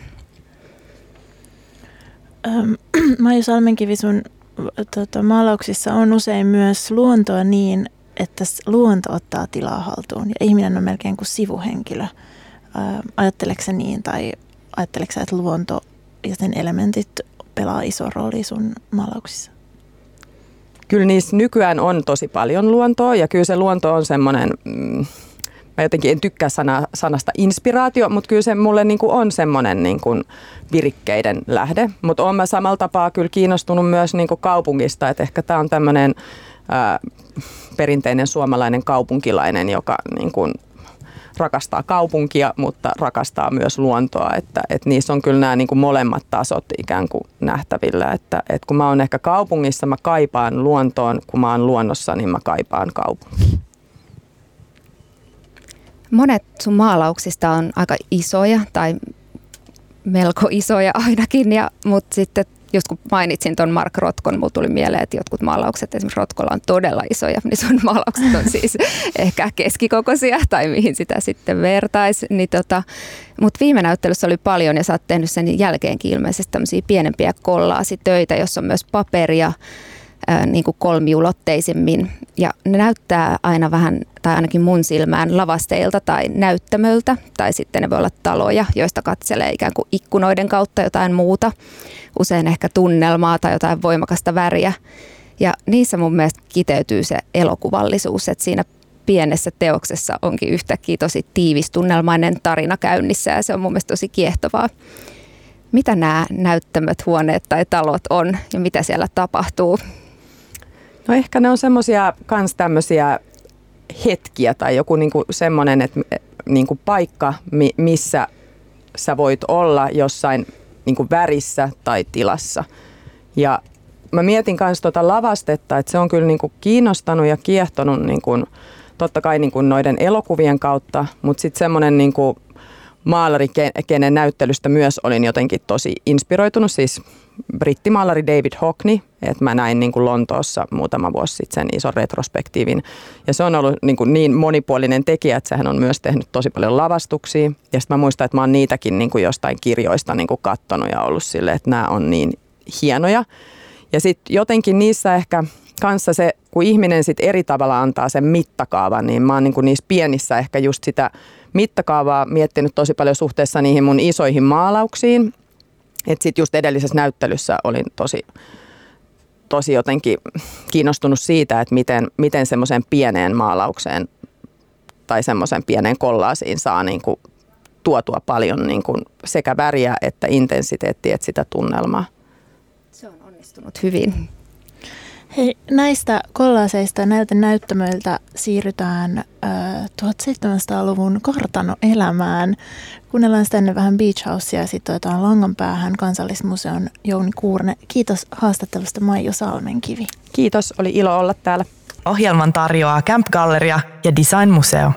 Maiju Salmenkivi, sun maalauksissa on usein myös luontoa niin, että luonto ottaa tilaa haltuun ja ihminen on melkein kuin sivuhenkilö. Ajatteleksä niin tai ajatteleksä, että luonto ja sen elementit pelaa iso rooli sun maalauksissa? Kyllä niissä nykyään on tosi paljon luontoa ja kyllä se luonto on semmoinen, mä jotenkin en tykkää sanasta inspiraatio, mutta kyllä se mulle niin kuin on semmoinen niin kuin virikkeiden lähde. Mutta olen mä samalla tapaa kyllä kiinnostunut myös niin kuin kaupungista, että ehkä tämä on tämmöinen perinteinen suomalainen kaupunkilainen, joka niin kuin rakastaa kaupunkia, mutta rakastaa myös luontoa, että niissä on kyllä nämä niin kuin molemmat tasot ikään kuin nähtävillä, että kun mä oon ehkä kaupungissa, mä kaipaan luontoon, kun mä oon luonnossa, niin mä kaipaan kaupunkiin. Monet sun maalauksista on aika isoja tai melko isoja ainakin, mutta sitten just kun mainitsin tuon Mark Rothkon, mulla tuli mieleen, että jotkut maalaukset, esimerkiksi Rothkolla on todella isoja, niin sun maalaukset on siis ehkä keskikokoisia tai mihin sitä sitten vertaisi. Niin mutta viime näyttelyssä oli paljon ja sä oot tehnyt sen jälkeenkin ilmeisesti tämmöisiä pienempiä kollaasitöitä, jossa on myös paperia niin kuin kolmiulotteisemmin. Ja ne näyttää aina vähän, tai ainakin mun silmään, lavasteilta tai näyttämöltä. Tai sitten ne voi olla taloja, joista katselee ikään kuin ikkunoiden kautta jotain muuta. Usein ehkä tunnelmaa tai jotain voimakasta väriä. Ja niissä mun mielestä kiteytyy se elokuvallisuus, että siinä pienessä teoksessa onkin yhtäkkiä tosi tiivis tunnelmainen tarina käynnissä ja se on mun mielestä tosi kiehtovaa. Mitä nämä näyttämöt, huoneet tai talot on ja mitä siellä tapahtuu? No ehkä ne on semmoisia kans tämmöisiä hetkiä tai joku niinku semmoinen, että niinku paikka, missä sä voit olla jossain niinku värissä tai tilassa. Ja mä mietin kans lavastetta, että se on kyllä niinku kiinnostanut ja kiehtonut niinku, totta kai niinku noiden elokuvien kautta, mutta sitten semmoinen niinku maalari, kenen näyttelystä myös olin jotenkin tosi inspiroitunut, siis brittimaalari David Hockney, että mä näin niin kuin Lontoossa muutama vuosi sitten sen ison retrospektiivin. Ja se on ollut niin monipuolinen tekijä, että sehän on myös tehnyt tosi paljon lavastuksia. Ja sitten mä muistan, että mä oon niitäkin niin kuin jostain kirjoista niin kuin katsonut ja ollut silleen, että nämä on niin hienoja. Ja sitten jotenkin niissä ehkä kanssa se, kun ihminen sitten eri tavalla antaa sen mittakaavan, niin mä oon niin kuin niissä pienissä ehkä just sitä mittakaavaa miettinyt tosi paljon suhteessa niihin mun isoihin maalauksiin. Että sitten just edellisessä näyttelyssä olin tosi jotenkin kiinnostunut siitä, että miten semmoiseen pieneen maalaukseen tai semmoisen pienen kollaasiin saa niin kuin tuotua paljon niin kuin sekä väriä että intensiteettiä, että sitä tunnelmaa. Se on onnistunut hyvin. Hei, näistä kollaaseista, näiltä näyttämöiltä siirrytään 1700-luvun kartanoelämään. Kuunnellaan sitä ennen vähän Beach Housea ja sitten otetaan langan päähän Kansallismuseon Jouni Kuurne. Kiitos haastattelusta Maiju Salmenkivi. Kiitos, oli ilo olla täällä. Ohjelman tarjoaa Camp Galleria ja Design Museo.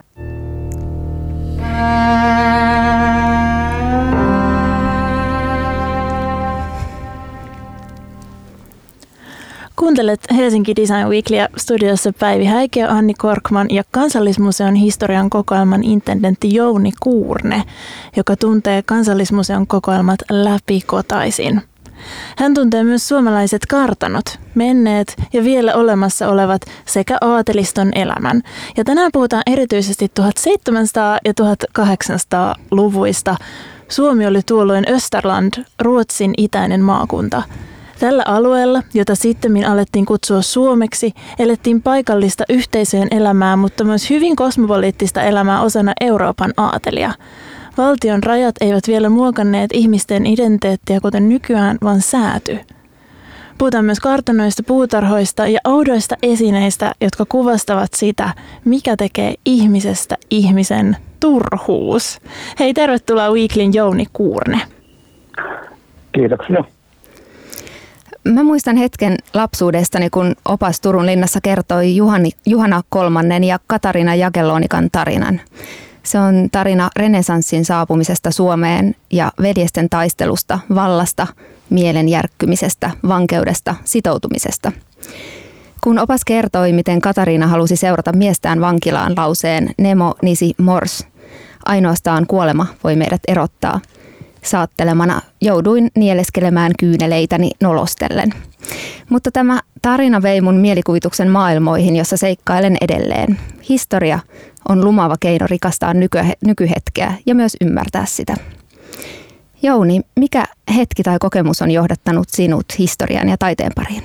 Kuuntelet Helsinki Design Weeklyä, studiossa Päivi Häikö, Anni Korkman ja Kansallismuseon historian kokoelman intendentti Jouni Kuurne, joka tuntee Kansallismuseon kokoelmat läpikotaisin. Hän tuntee myös suomalaiset kartanot, menneet ja vielä olemassa olevat sekä aateliston elämän. Ja tänään puhutaan erityisesti 1700- ja 1800-luvuista. Suomi oli tuolloin Österland, Ruotsin itäinen maakunta. Tällä alueella, jota sittemmin alettiin kutsua Suomeksi, elettiin paikallista yhteisöjen elämää, mutta myös hyvin kosmopoliittista elämää osana Euroopan aatelia. Valtion rajat eivät vielä muokanneet ihmisten identiteettiä kuten nykyään, vaan sääty. Puhutaan myös kartanoista, puutarhoista ja oudoista esineistä, jotka kuvastavat sitä, mikä tekee ihmisestä ihmisen turhuus. Hei, tervetuloa Weeklyn Jouni Kuurne. Kiitoksia. Mä muistan hetken lapsuudestani, kun opas Turun linnassa kertoi Juhana Kolmannen ja Katarina Jagellonikan tarinan. Se on tarina renesanssin saapumisesta Suomeen ja veljesten taistelusta, vallasta, mielen järkkymisestä, vankeudesta, sitoutumisesta. Kun opas kertoi, miten Katarina halusi seurata miestään vankilaan lauseen Nemo nisi mors, ainoastaan kuolema voi meidät erottaa, saattelemana jouduin nieleskelemään kyyneleitäni nolostellen. Mutta tämä tarina vei mun mielikuvituksen maailmoihin, jossa seikkailen edelleen. Historia on lumaava keino rikastaa nykyhetkeä ja myös ymmärtää sitä. Jouni, mikä hetki tai kokemus on johdattanut sinut historian ja taiteen pariin?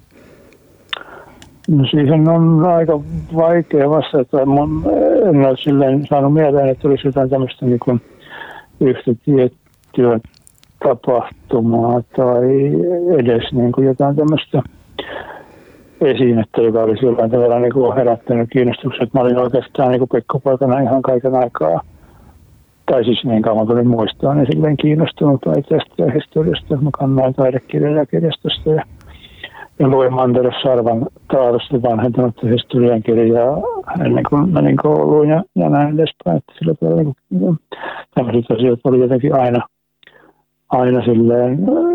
No siihen on aika vaikea vastata. En ole silleen saanut mieleen, että olisi jotain tämmöistä niin kuin yhtä tiettyä tapahtumaa tai edes niin kuin jotain tämmöistä esinettä, joka olisi jollain tavalla niin kuin herättänyt kiinnostuksen. Mä olin oikeastaan niin kuin pikkupoikana ihan kaiken aikaa, tai siis niin kauan kuin muistaa, niin silleen kiinnostunut taiteesta ja historiasta. Mä kannoin taidekirjoja kirjastosta ja luin Manteros Sarvan Taarasta vanhentunutta historian kirjaa ennen kuin menin kouluun ja näin edespäin. Että sillä tavalla niin tämmöiset asiat oli jotenkin aina silleen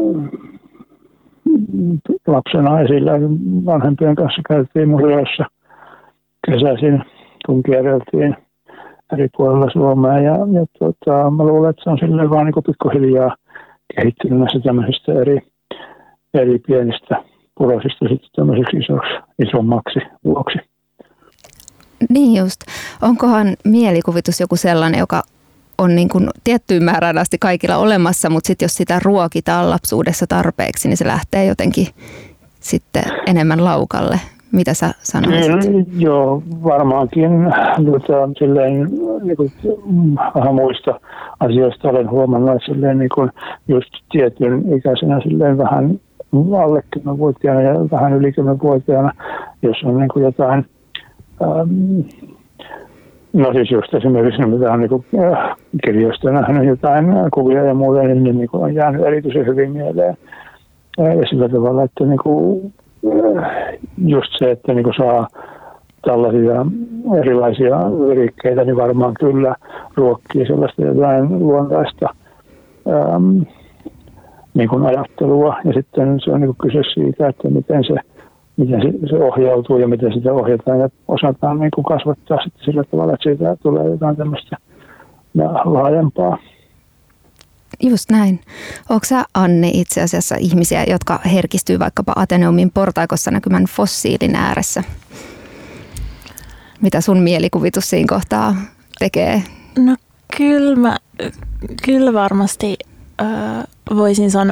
lapsena esillä. Vanhempien kanssa käytiin museoissa kesäisin, kun kierreltiin eri puolilla Suomea. Ja mä luulen, että se on silleen vaan niin pikkuhiljaa kehittynyt näissä tämmöisistä eri pienistä purosista sitten tämmöiseksi isommaksi vuoksi. Niin just. Onkohan mielikuvitus joku sellainen, joka on niin kuin tiettyyn määrään asti kaikilla olemassa, mutta sitten jos sitä ruokitaan lapsuudessa tarpeeksi, niin se lähtee jotenkin sitten enemmän laukalle. Mitä sä sanoisit? Joo, varmaankin. Silleen, niin kuin, vähän muista asioista olen huomannut, että silleen, niin kuin, just tietyn ikäisenä silleen vähän alle 10-vuotiaana ja vähän yli 10-vuotiaana, jos on niin kuin jotain, no siis just esimerkiksi mitä on niin kirjoista nähnyt jotain kuvia ja muuta, niin kuin on jäänyt erityisen hyvin mieleen. Ja sillä tavalla, että niin kuin, just se, että niin kuin saa tällaisia erilaisia virikkeitä, niin varmaan kyllä ruokkii sellaista jotain luontaista niin kuin ajattelua, ja sitten se on niin kuin kyse siitä, että miten se ohjautuu ja miten sitä ohjataan ja osataan niin kuin kasvattaa sitten sillä tavalla, että siitä tulee jotain tämmöistä laajempaa. Just näin. Onko sä, Anni, itse asiassa ihmisiä, jotka herkistyy vaikkapa Ateneumin portaikossa näkymän fossiilin ääressä? Mitä sun mielikuvitus siinä kohtaa tekee? No kyllä varmasti voisin sanoa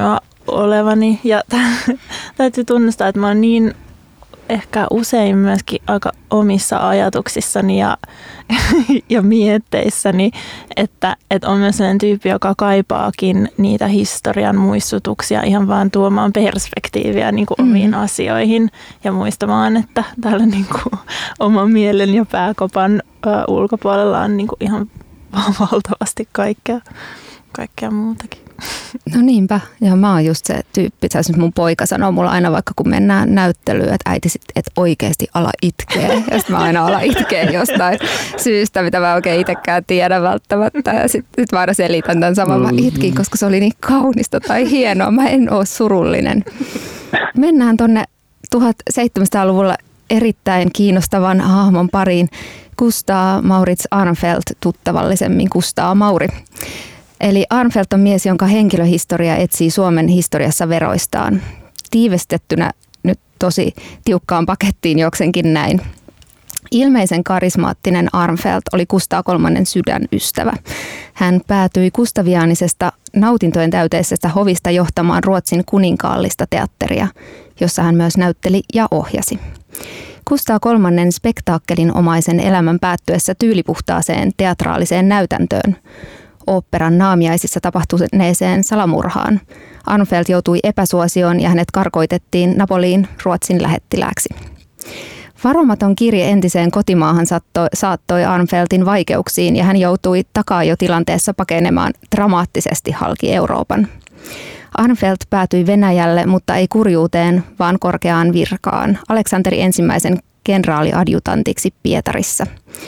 olevani. Ja täytyy tunnustaa, että mä oon niin ehkä usein myöskin aika omissa ajatuksissani ja mietteissäni, että on myös sellainen tyyppi, joka kaipaakin niitä historian muistutuksia ihan vaan tuomaan perspektiiviä niin kuin omiin asioihin ja muistamaan, että täällä niin kuin oman mielen ja pääkopan ulkopuolella on niin kuin ihan valtavasti kaikkea muutakin. No niinpä, ja mä oon just se tyyppi, että mun poika sanoo mulla aina vaikka kun mennään näyttelyyn, että äiti sit, et oikeesti ala itkee. Ja sit mä aina ala itkee jostain syystä, mitä mä oikein itsekään tiedä välttämättä. Ja sit mä aina selitän tämän saman, mä itkin, koska se oli niin kaunista tai hienoa. Mä en oo surullinen. Mennään tonne 1700-luvulla erittäin kiinnostavan hahmon pariin. Kustaa Maurits Arnfeldt, tuttavallisemmin Kustaa Mauri. Eli Arnfeldt on mies, jonka henkilöhistoria etsii Suomen historiassa veroistaan. Tiivestettynä nyt tosi tiukkaan pakettiin jokseenkin näin. Ilmeisen karismaattinen Arnfeldt oli Kustaa III sydänystävä. Hän päätyi kustaviaanisesta nautintojen täyteisestä hovista johtamaan Ruotsin kuninkaallista teatteria, jossa hän myös näytteli ja ohjasi. Kustaa III spektaakkelinomaisen elämän päättyessä tyylipuhtaaseen teatraaliseen näytäntöön, oopperan naamiaisissa tapahtuneeseen salamurhaan. Arnfeldt joutui epäsuosioon ja hänet karkoitettiin Napoliin Ruotsin lähettilääksi. Varomaton kirje entiseen kotimaahan saattoi Arnfeldtin vaikeuksiin ja hän joutui takaa-ajotilanteessa pakenemaan dramaattisesti halki Euroopan. Arnfeldt päätyi Venäjälle, mutta ei kurjuuteen, vaan korkeaan virkaan, Aleksanteri I kenraaliadjutantiksi Pietarissa.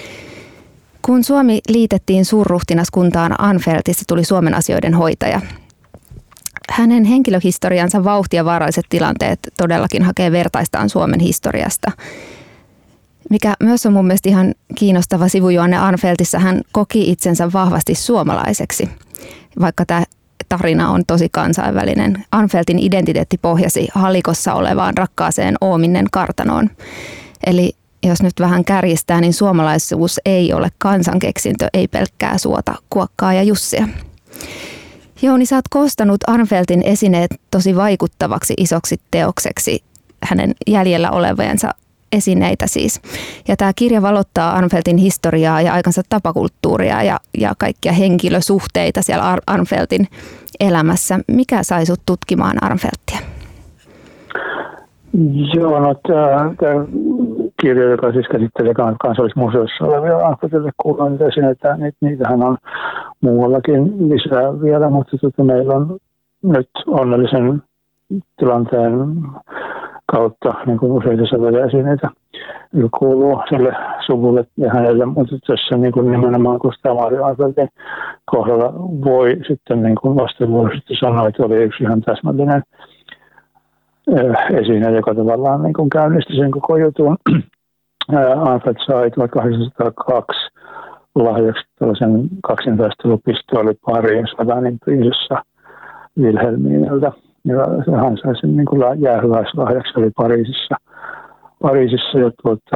Kun Suomi liitettiin suurruhtinaskuntaan, Arnfeldtista tuli Suomen asioiden hoitaja. Hänen henkilöhistoriansa vauhti ja vaaralliset tilanteet todellakin hakee vertaistaan Suomen historiasta. Mikä myös on mun mielestä ihan kiinnostava sivujuonne Arnfeldtissa, hän koki itsensä vahvasti suomalaiseksi, vaikka tämä tarina on tosi kansainvälinen. Arnfeldtin identiteetti pohjasi Halikossa olevaan rakkaaseen Oominnen kartanoon. Eli jos nyt vähän kärjistää, niin suomalaisuus ei ole kansankeksintö, ei pelkkää suota, kuokkaa ja Jussia. Jouni, sä oot koostanut Arnfeldtin esineet tosi vaikuttavaksi isoksi teokseksi, hänen jäljellä olevansa esineitä siis. Ja tämä kirja valottaa Arnfeldtin historiaa ja aikansa tapakulttuuria ja kaikkia henkilösuhteita siellä Arnfeldtin elämässä. Mikä sai sut tutkimaan Arnfeldtia? Joo, no tämä kirja, joka siis käsittelee Kansallismuseossa olevia Arnfeldtille kuuluvia esineitä, niitähän on muuallakin lisää vielä, mutta meillä on nyt onnellisen tilanteen kautta niin kuin useita satoja esineitä, jotka kuuluu sille suvulle ja hänelle, mutta tässä niin kuin nimenomaan Kustaa Mauri Arnfeldtin kohdalla voi sitten niin kuin vastavuoroisesti sanoa, että oli yksi ihan täsmällinen esine, joka tavallaan niin kuin käynnisti sen koko jutun. Arnfeldt sai 1802 lahjaksi tällaisen kaksintaistelupistoolipariin Savanin prinsessa Wilhelmineltä. Ja hän sai sen niin kuin jäähyväislahjaksi, oli Pariisissa ja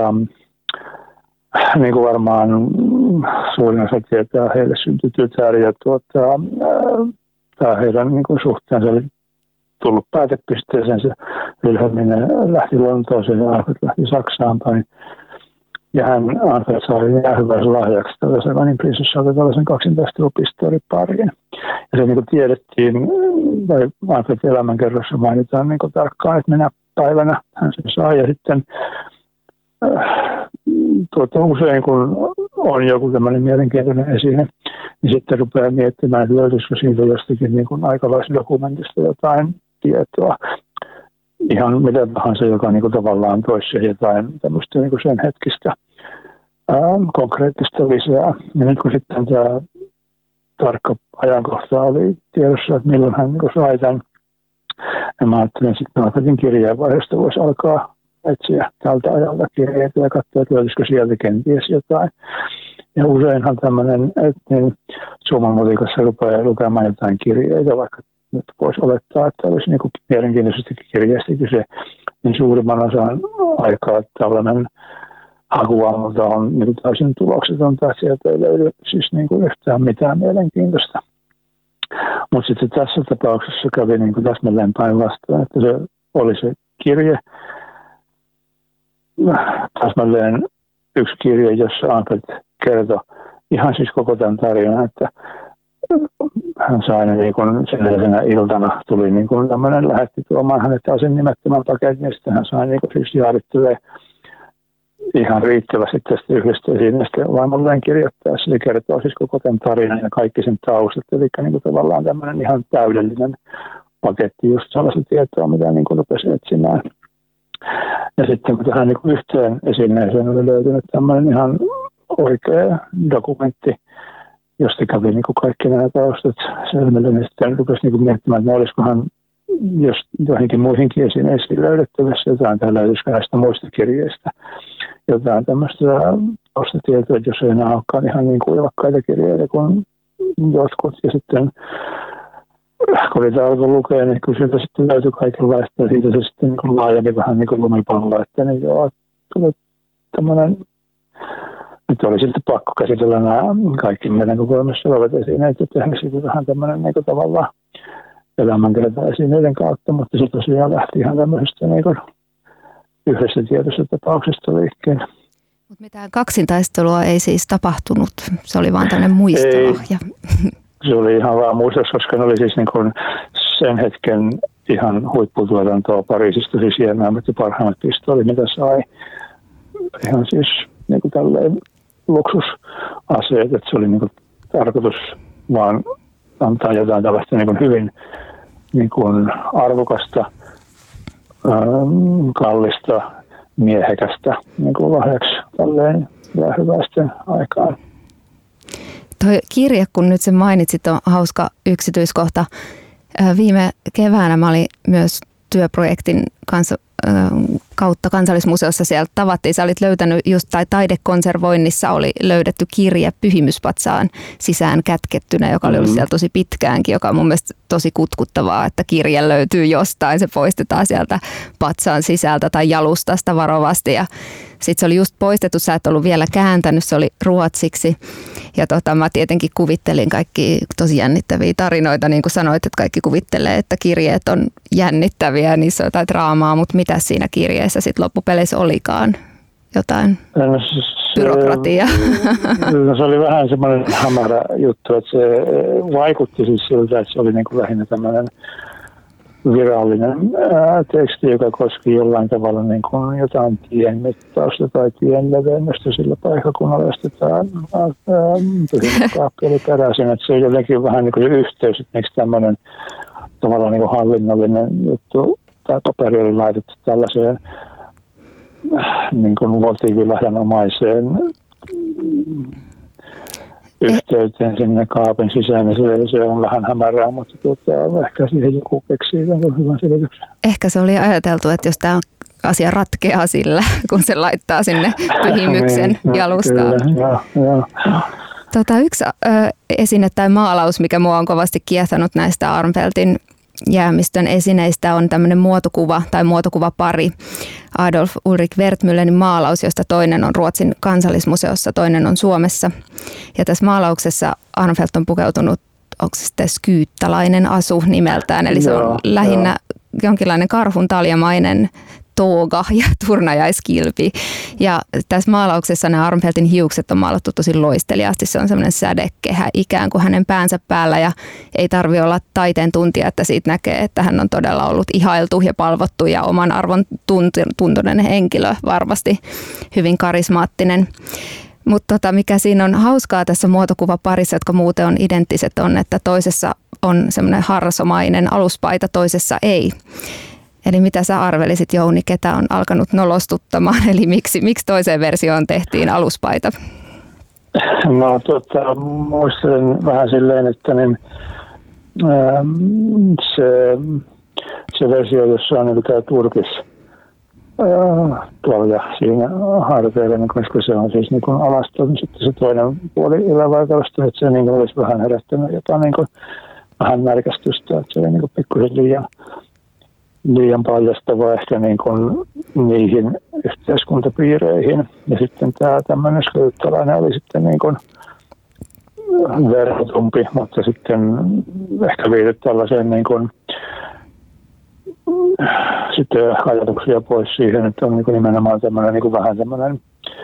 niin kuin varmaan suurin osa tietää, heille syntyi tytär ja tämä heidän niin kuin suhteensa oli tullut päätepisteeseen. Se Wilhelminen lähti Lontooseen ja Arnfeldt lähti Saksaan päin. Ja Arnfeldt sai jäähyväislahjaksi tällaisen Savanin prinsessalta tällaisen kaksintaistelupistoolipariin. Ja se niin kuin tiedettiin, tai Arnfeldtin elämänkerrossa mainitaan niin kuin tarkkaan, että minä päivänä hän sen sai. Ja sitten usein kun on joku tämmöinen mielenkiintoinen esine, niin sitten rupeaa miettimään, että löytyisikö siitä jostakin niin kuin aikalaisdokumentista jotain tietoa. Ihan mitä tahansa, joka niin kuin tavallaan toisi jotain tämmöistä niin kuin sen hetkistä konkreettista lisää. Ja nyt kun sitten tämä tarkka ajankohta oli tiedossa, että milloin hän niin kuin sai tämän, ja mä ajattelin sitten, että kirjeenvaihdosta voisi alkaa etsiä tältä ajalta kirjeitä ja katsoa, että löytyisikö sieltä kenties jotain. Ja useinhan tämmöinen, että niin Suomen mutikassa rupeaa lukemaan jotain kirjeitä, vaikka nyt voisi olettaa, että olisi niin kuin mielenkiintoisesti kirjeestä kyse, niin suurimman osan aikaa tällainen hakuaamulta on niin täysin tuloksetonta, että sieltä ei löydy siis niin kuin yhtään mitään mielenkiintoista. Mutta sitten tässä tapauksessa kävi niin kuin täsmälleen päinvastoin, että se oli se kirje, täsmälleen yksi kirje, jossa Arnfeldt kertoi ihan siis koko tämän tarinan, että hän sai niin kuin sellaisena iltana tuli niin kuin tämmöinen lähetti tuomaan hänet täysin nimettömän paketin, ja sitten hän sai niin kuin siis jaarittelee ihan riittävästi tästä yhdestä esineestä vaimolleen kirjoittaessa. Se kertoo siis koko tämän tarinan ja kaikki sen taustat, eli niin kuin tavallaan tämmöinen ihan täydellinen paketti just sellaista tietoa, mitä niin kuin rupesi etsimään. Ja sitten kun tähän niin kuin yhteen esineeseen oli löytynyt tämmöinen ihan oikea dokumentti, josta kävi niin kuin kaikki nämä taustat selvälle, niin sitten rupesi niin kuin miettimään, että olisikohan jos johonkin muihinkin esineisiin löydettävissä jotain, tai löytyisikö näistä muista kirjeistä jotain tämmöistä taustatietoa, jos ei enää olekaan ihan niin kuivakkaita kirjeitä kuin jotkut. Ja sitten kun niitä alkoi lukea, niin kun sieltä sitten löytyi kaikenlaista, ja siitä se sitten niin laajeni vähän niin kuin lumipallo, että niin joo, tuli tämmöinen. Nyt oli sitten pakko käsitellä nämä kaikki meidän kokoelmassa olevat esineet ja tehdä siitä vähän tämmöinen niin tavallaan elämänkerta-esineiden kautta, mutta se tosiaan lähti ihan tämmöisestä niin yhdessä tietystä tapauksesta liikkeelle. Mutta mitään kaksintaistelua ei siis tapahtunut, se oli vaan tämmöinen muistolahja. Se oli ihan vaan muistos, koska ne oli siis niin kuin sen hetken ihan huipputuotantoa Pariisista, siis hienoimmat ja parhaimmat pistooli, mitä sai. Ihan siis niin kuin tälleen luksusaseet, että se oli niin kuin tarkoitus vaan antaa jotain tällaista niin kuin hyvin niin kuin arvokasta, kallista, miehekästä niin kuin lahjaksi tälleen hyväisten aikaan. Tuo kirje, kun nyt sen mainitsit, on hauska yksityiskohta. Viime keväänä mä olin myös työprojektin kautta Kansallismuseossa siellä tavattiin. Sä olit löytänyt just taidekonservoinnissa oli löydetty kirje Pyhimyspatsaan sisään kätkettynä, joka oli ollut siellä tosi pitkäänkin, joka on mun mielestä tosi kutkuttavaa, että kirje löytyy jostain, se poistetaan sieltä patsaan sisältä tai jalustasta varovasti ja sitten se oli just poistettu, sä et ollut vielä kääntänyt, se oli ruotsiksi. Ja mä tietenkin kuvittelin kaikki tosi jännittäviä tarinoita, niin kuin sanoit, että kaikki kuvittelee, että kirjeet on jännittäviä, niissä on jotain draamaa, mutta mitä siinä kirjeessä sitten loppupeleissä olikaan? Jotain byrokratiaa. Se oli vähän semmoinen hämärä juttu, että se vaikutti siis siltä, että se oli niin kuin lähinnä tämmöinen virallinen teksti, joka koski jollain tavalla niin kuin jotain tien mittausta tai tien levennystä sillä paikkakunnalla, josta tämä pyhimyskaappi oli peräisin. Että se on jotenkin vähän niin kuin yhteys, että miksi tämmöinen tavallaan niin kuin hallinnollinen juttu tai paperi oli laitettu tällaiseen niin kuin motiivilähdenomaiseen yhteyteen sinne kaapin sisään, niin se on vähän hämärää, mutta ehkä siihen joku keksii hyvän selityksen. Ehkä se oli ajateltu, että jos tämä asia ratkeaa sillä, kun se laittaa sinne pyhimyksen jalustaan. Yksi esine tai maalaus, mikä mua on kovasti kiehtonut näistä Arnfeldtin jäämistön esineistä, on tämmöinen muotokuva tai muotokuvapari. Adolf Ulrich Wertmüllerin maalaus, josta toinen on Ruotsin kansallismuseossa, toinen on Suomessa. Ja tässä maalauksessa Arnfeldt on pukeutunut, onko se sitten skyyttalainen asu nimeltään, eli se on lähinnä jonkinlainen karhun taljamainen tooga ja turnajaiskilpi. Ja tässä maalauksessa nämä Arnfeldtin hiukset on maalattu tosi loisteliaasti. Se on semmoinen sädekehä ikään kuin hänen päänsä päällä ja ei tarvitse olla taiteen tuntija, että siitä näkee, että hän on todella ollut ihailtu ja palvottu ja oman arvon tuntunen henkilö, varmasti hyvin karismaattinen. Mutta mikä siinä on hauskaa tässä muotokuvaparissa, jotka muuten on identtiset, on, että toisessa on semmoinen harsomainen aluspaita, toisessa ei. Eli mitä sä arvelisit, Jouni, ketä on alkanut nolostuttamaan, eli miksi toiseen versioon tehtiin aluspaita? No muistelen vähän silleen, että niin, se versio, jossa on niin tämä turkis tuolla siinä harteilla, niin koska se on siis niin kuin alasta, niin sitten se toinen puoli ylävaikalosta, että se niin kuin olisi vähän herättänyt jopa niin kuin vähän närkästystä, että se oli niin kuin pikkuisen liian paljastava ehkä niin kuin niihin yhteiskuntapiireihin. Ja sitten tämä tämmöinen skyyttalainen oli sitten niin kuin verhotumpi, mutta sitten ehkä viityt tällaiseen niin kuin, sitten ajatuksia pois siihen, että on niin kuin nimenomaan tämmöinen niin kuin vähän tämmöinen,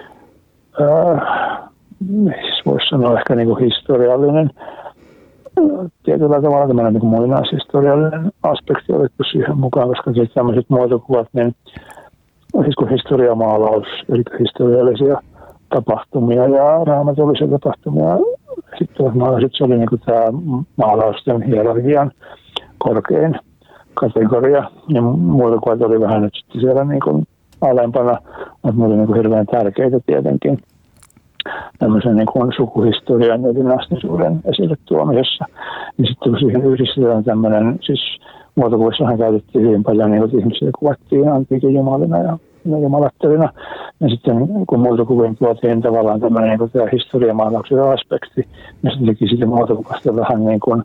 voisi sanoa ehkä niin kuin historiallinen, tietyllä tavalla tämmöinen niin kuin muinaishistoriallinen aspekti otettu siihen mukaan, koska sitten tämmöiset muotokuvat, niin siis kuin historiamaalaus, eli historiallisia tapahtumia ja raamatullisia tapahtumia sitten se oli niin kuin tämä maalausten hierarkian korkein kategoria, ja muotokuvat oli vähän nyt sitten siellä niin kuin alempana, mutta ne oli niin kuin hirveän tärkeitä tietenkin tämmöisen niin kuin sukuhistorian ja dynastisuuden esille tuomisessa. Ja sitten kun siihen yhdistetään tämmöinen, siis muotokuvissahan käytettiin hyvin paljon niin kuin ihmisiä kuvattiin antiikin jumalina ja jumalattelina. Ja sitten kun muotokuviin tuotiin tavallaan tämmöinen niin kuin tämä historiamaalauksen aspekti, niin se teki sitten muotokuvasta vähän niin kuin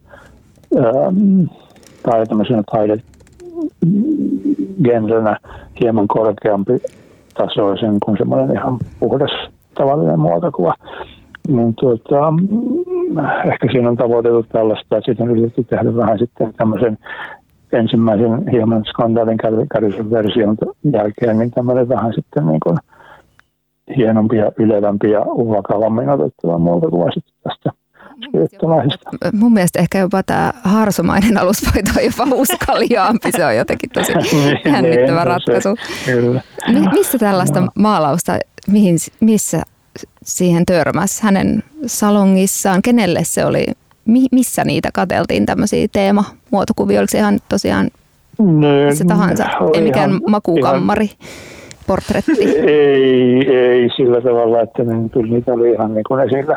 tämmöisenä taidegenrenä hieman korkeampi tasoisen kuin semmoinen ihan puhdas tavallinen muotokuva. Niin ehkä siinä on tavoiteltu tällaista, että sitten on yritetty tehdä vähän sitten tämmöisen ensimmäisen hieman skandaalin kärjisen version jälkeen, niin tämmöinen vähän sitten niin kuin hienompi ja ylevämpi ja vakavammin otettava muotokuva sitten tästä skriptolaisesta. Mun mielestä ehkä jopa tämä harsomainen alusvoito on jopa uskaliaampi. Se on jotenkin tosi jännittävä ratkaisu. Missä tällaista maalausta, missä siihen törmäsi hänen salongissaan? Kenelle se oli? Missä niitä katseltiin tämmöisiä teemamuotokuvia? Oliko se ihan tosiaan missä tahansa? Ei mikään makuukammari, portretti? Ei sillä tavalla, että niitä oli ihan niin kuin esillä.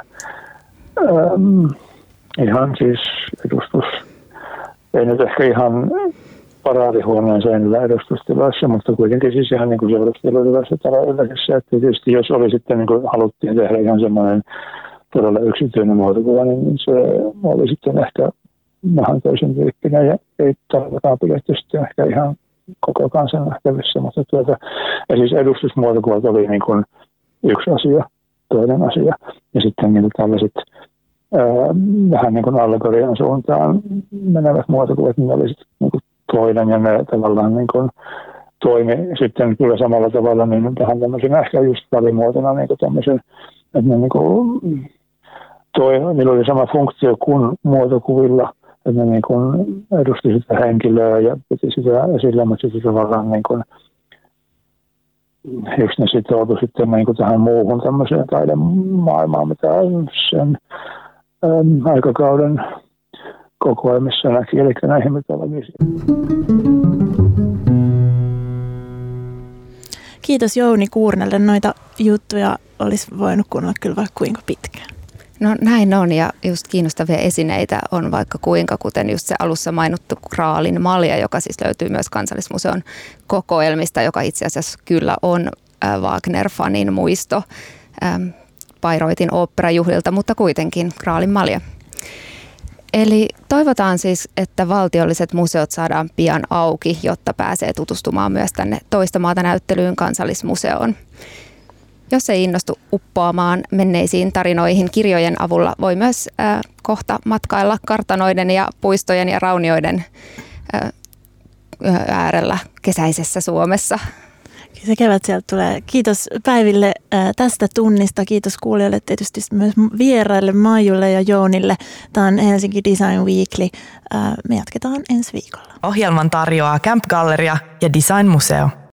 Ihan siis edustus. Ei nyt ehkä ihan paraatihuoneen seinillä edustustiloissa, mutta kuitenkin siis ihan niin kuin seurustelutilassa taloudessa. Että tietysti jos oli sitten niin kuin haluttiin tehdä ihan semmoinen todella yksityinen muotokuva, niin se oli sitten ehkä vähän toisen tyyppinen ja ei tarvitaan pidetty sitten ehkä ihan koko kansan nähtävissä. Mutta ja siis edustusmuotokuvat oli niin kuin yksi asia, toinen asia ja sitten niin tällaiset vähän niin kuin allegorian suuntaan menevät muotokuvat, niin oli sitten niin kuin toinen ja ne tavallaan niin kuin toimi sitten kyllä samalla tavalla niin tähän tämmöisen ehkä just välimuotona niin kuin tämmöisen, että ne niin kuin niillä oli sama funktio kuin muotokuvilla, että ne niin kuin edusti sitä henkilöä ja piti sitä esillä, mutta sitten tavallaan niin kuin just ne sitoutui sitten niin kuin tähän muuhun tämmöiseen taidemaailmaan, mitä sen aikakauden kokoelmissa näki, eli näihin mytologisiin. Kiitos Jouni Kuurnelle. Noita juttuja olisi voinut kuunnella kyllä vaikka kuinka pitkään. No näin on, ja just kiinnostavia esineitä on vaikka kuinka, kuten just se alussa mainittu Kraalin malja, joka siis löytyy myös Kansallismuseon kokoelmista, joka itse asiassa kyllä on Wagner-fanin muisto Bayreuthin oopperajuhlilta, mutta kuitenkin Kraalin malja. Eli toivotaan siis, että valtiolliset museot saadaan pian auki, jotta pääsee tutustumaan myös tänne toista maata näyttelyyn Kansallismuseoon. Jos ei innostu uppoamaan menneisiin tarinoihin kirjojen avulla, voi myös kohta matkailla kartanoiden ja puistojen ja raunioiden äärellä kesäisessä Suomessa. Se kevät sieltä tulee. Kiitos Päiville tästä tunnista. Kiitos kuulijoille, tietysti myös vieraille Maijulle ja Jounille. Tämä on Helsinki Design Weekly. Me jatketaan ensi viikolla. Ohjelman tarjoaa Camp Galleria ja Design Museo.